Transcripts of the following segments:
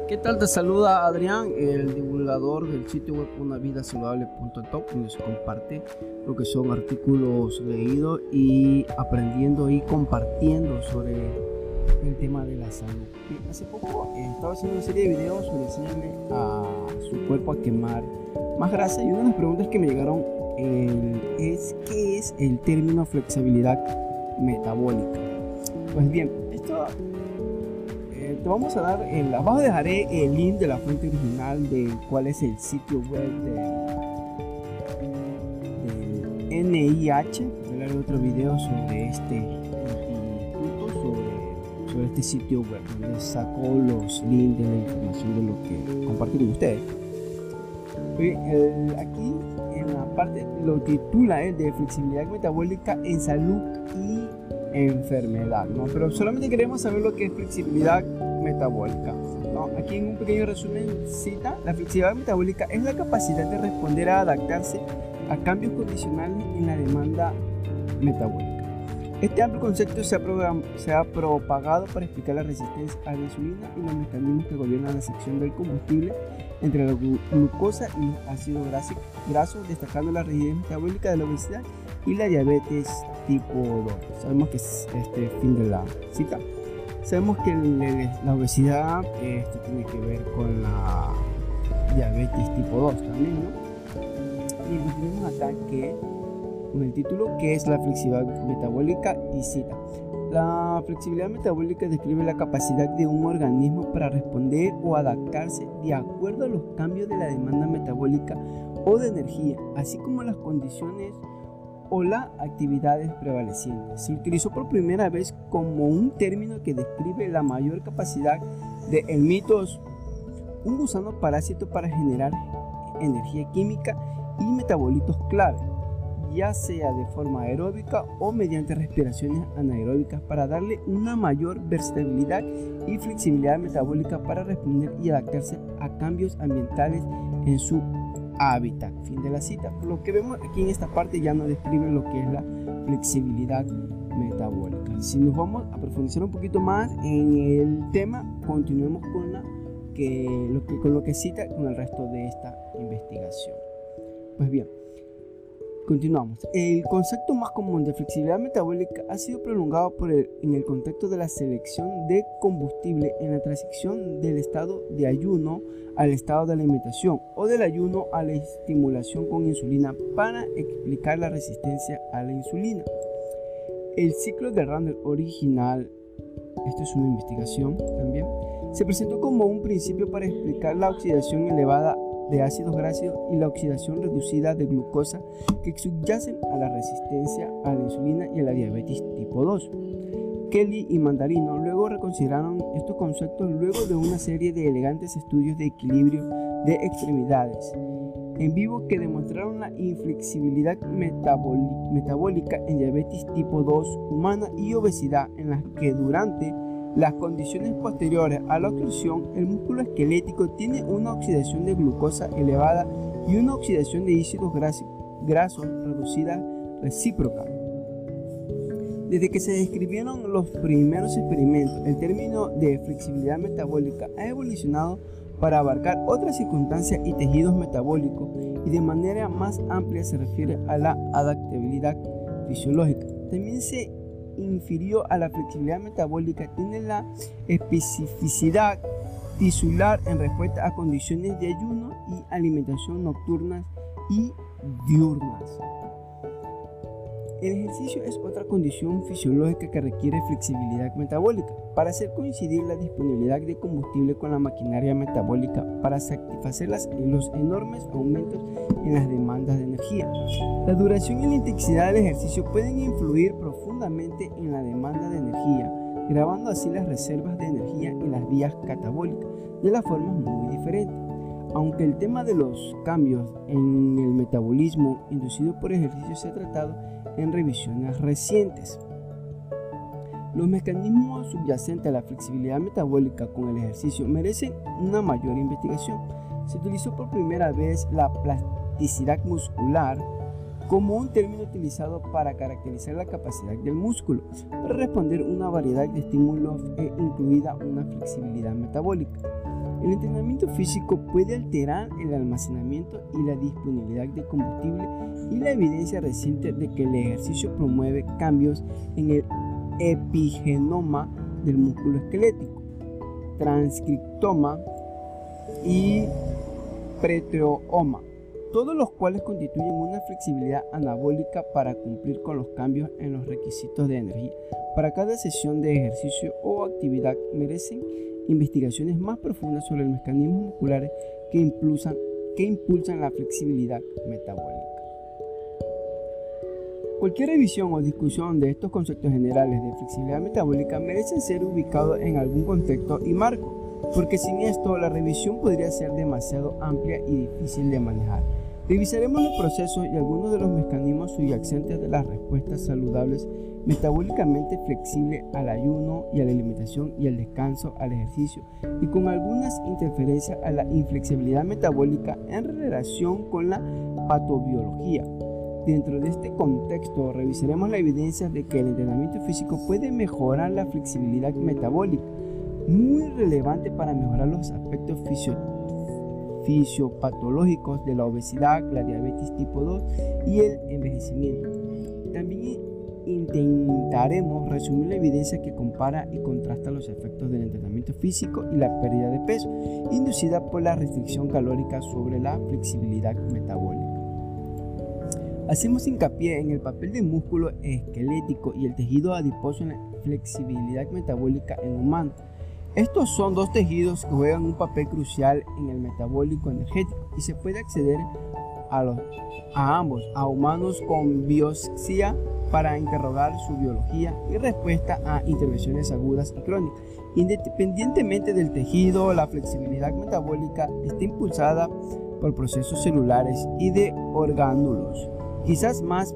¿Qué tal? Te saluda Adrián, el divulgador del sitio web unavidasaludable.top, donde se comparte lo que son artículos leídos y aprendiendo y compartiendo sobre el tema de la salud. Y hace poco estaba haciendo una serie de videos sobre enseñarle a su cuerpo a quemar más grasa, y una de las preguntas que me llegaron es ¿qué es el término flexibilidad metabólica? Pues bien, esto te vamos a dar, abajo dejaré el link de la fuente original de cuál es el sitio web del NIH. Voy a dar otro video sobre este instituto, sobre este sitio web, donde sacó los links de la información de lo que compartí con ustedes. Aquí en la parte lo titula de flexibilidad metabólica en salud y enfermedad, ¿no? Pero solamente queremos saber lo que es flexibilidad metabólica, ¿no? Aquí en un pequeño resumen cita: la flexibilidad metabólica es la capacidad de responder a adaptarse a cambios condicionales en la demanda metabólica. Este amplio concepto se ha propagado para explicar la resistencia a la insulina y los mecanismos que gobiernan la sección del combustible entre la glucosa y los ácidos grasos, destacando la rigidez metabólica de la obesidad y la diabetes tipo 2. Sabemos que fin de la cita. Sabemos que la obesidad tiene que ver con la diabetes tipo 2 también, ¿no? Y tenemos acá con el título, que es la flexibilidad metabólica, y cita: la flexibilidad metabólica describe la capacidad de un organismo para responder o adaptarse de acuerdo a los cambios de la demanda metabólica o de energía, así como las condiciones o las actividades prevalecientes. Se utilizó por primera vez como un término que describe la mayor capacidad de el mitos, un gusano parásito, para generar energía química y metabolitos clave, ya sea de forma aeróbica o mediante respiraciones anaeróbicas, para darle una mayor versatilidad y flexibilidad metabólica para responder y adaptarse a cambios ambientales en su hábitat. Fin de la cita. Por lo que vemos aquí en esta parte ya nos describe lo que es la flexibilidad metabólica. Si nos vamos a profundizar un poquito más en el tema, continuemos con lo que cita con el resto de esta investigación. Pues bien, continuamos. El concepto más común de flexibilidad metabólica ha sido prolongado en el contexto de la selección de combustible en la transición del estado de ayuno al estado de alimentación, o del ayuno a la estimulación con insulina, para explicar la resistencia a la insulina. El ciclo de Randle original, esto es una investigación también, se presentó como un principio para explicar la oxidación elevada de ácidos grasos y la oxidación reducida de glucosa que subyacen a la resistencia a la insulina y a la diabetes tipo 2. Kelly y Mandarino luego reconsideraron estos conceptos luego de una serie de elegantes estudios de equilibrio de extremidades en vivo que demostraron la inflexibilidad metabólica en diabetes tipo 2 humana y obesidad, en las que durante las condiciones posteriores a la oclusión el músculo esquelético tiene una oxidación de glucosa elevada y una oxidación de ácidos grasos reducida recíproca. Desde que se describieron los primeros experimentos, el término de flexibilidad metabólica ha evolucionado para abarcar otras circunstancias y tejidos metabólicos, y de manera más amplia se refiere a la adaptabilidad fisiológica. También se infirió a la flexibilidad metabólica tiene la especificidad tisular en respuesta a condiciones de ayuno y alimentación nocturnas y diurnas. El ejercicio es otra condición fisiológica que requiere flexibilidad metabólica para hacer coincidir la disponibilidad de combustible con la maquinaria metabólica para satisfacer los enormes aumentos en las demandas de energía. La duración y la intensidad del ejercicio pueden influir profundamente en la demanda de energía, grabando así las reservas de energía y las vías catabólicas de la forma muy diferente. Aunque el tema de los cambios en el metabolismo inducido por ejercicio se ha tratado en revisiones recientes, los mecanismos subyacentes a la flexibilidad metabólica con el ejercicio merecen una mayor investigación. Se utilizó por primera vez la plasticidad muscular como un término utilizado para caracterizar la capacidad del músculo para responder a una variedad de estímulos, incluida una flexibilidad metabólica. El entrenamiento físico puede alterar el almacenamiento y la disponibilidad de combustible, y la evidencia reciente de que el ejercicio promueve cambios en el epigenoma del músculo esquelético, transcriptoma y preteoma, todos los cuales constituyen una flexibilidad anabólica para cumplir con los cambios en los requisitos de energía. Para cada sesión de ejercicio o actividad merecen investigaciones más profundas sobre los mecanismos musculares que impulsan la flexibilidad metabólica. Cualquier revisión o discusión de estos conceptos generales de flexibilidad metabólica merecen ser ubicados en algún contexto y marco, porque sin esto la revisión podría ser demasiado amplia y difícil de manejar. Revisaremos los procesos y algunos de los mecanismos subyacentes de las respuestas saludables metabólicamente flexibles al ayuno y a la alimentación y al descanso, al ejercicio, y con algunas interferencias a la inflexibilidad metabólica en relación con la patobiología. Dentro de este contexto, revisaremos la evidencia de que el entrenamiento físico puede mejorar la flexibilidad metabólica, muy relevante para mejorar los aspectos fisiopatológicos de la obesidad, la diabetes tipo 2 y el envejecimiento. También intentaremos resumir la evidencia que compara y contrasta los efectos del entrenamiento físico y la pérdida de peso inducida por la restricción calórica sobre la flexibilidad metabólica. Hacemos hincapié en el papel del músculo esquelético y el tejido adiposo en la flexibilidad metabólica en humanos. Estos son dos tejidos que juegan un papel crucial en el metabólico energético, y se puede acceder a ambos, a humanos con biopsia, para interrogar su biología y respuesta a intervenciones agudas y crónicas. Independientemente del tejido, la flexibilidad metabólica está impulsada por procesos celulares y de orgánulos, quizás más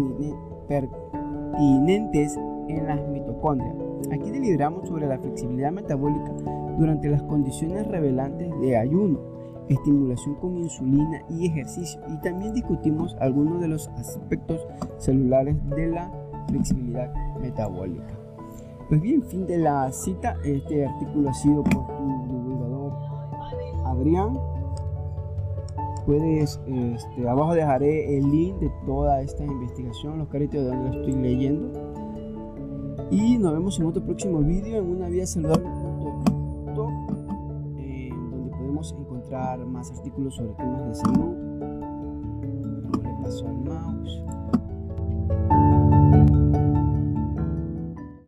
pertinentes en las mitocondrias. Aquí deliberamos sobre la flexibilidad metabólica durante las condiciones revelantes de ayuno, estimulación con insulina y ejercicio, y también discutimos algunos de los aspectos celulares de la flexibilidad metabólica. Pues bien, fin de la cita. Este artículo ha sido por tu divulgador Adrián. Puedes, abajo dejaré el link de toda esta investigación, los créditos de donde la estoy leyendo, y nos vemos en otro próximo vídeo en unavidasaludable.top, donde podemos encontrar más artículos sobre temas de salud. Le paso al mouse.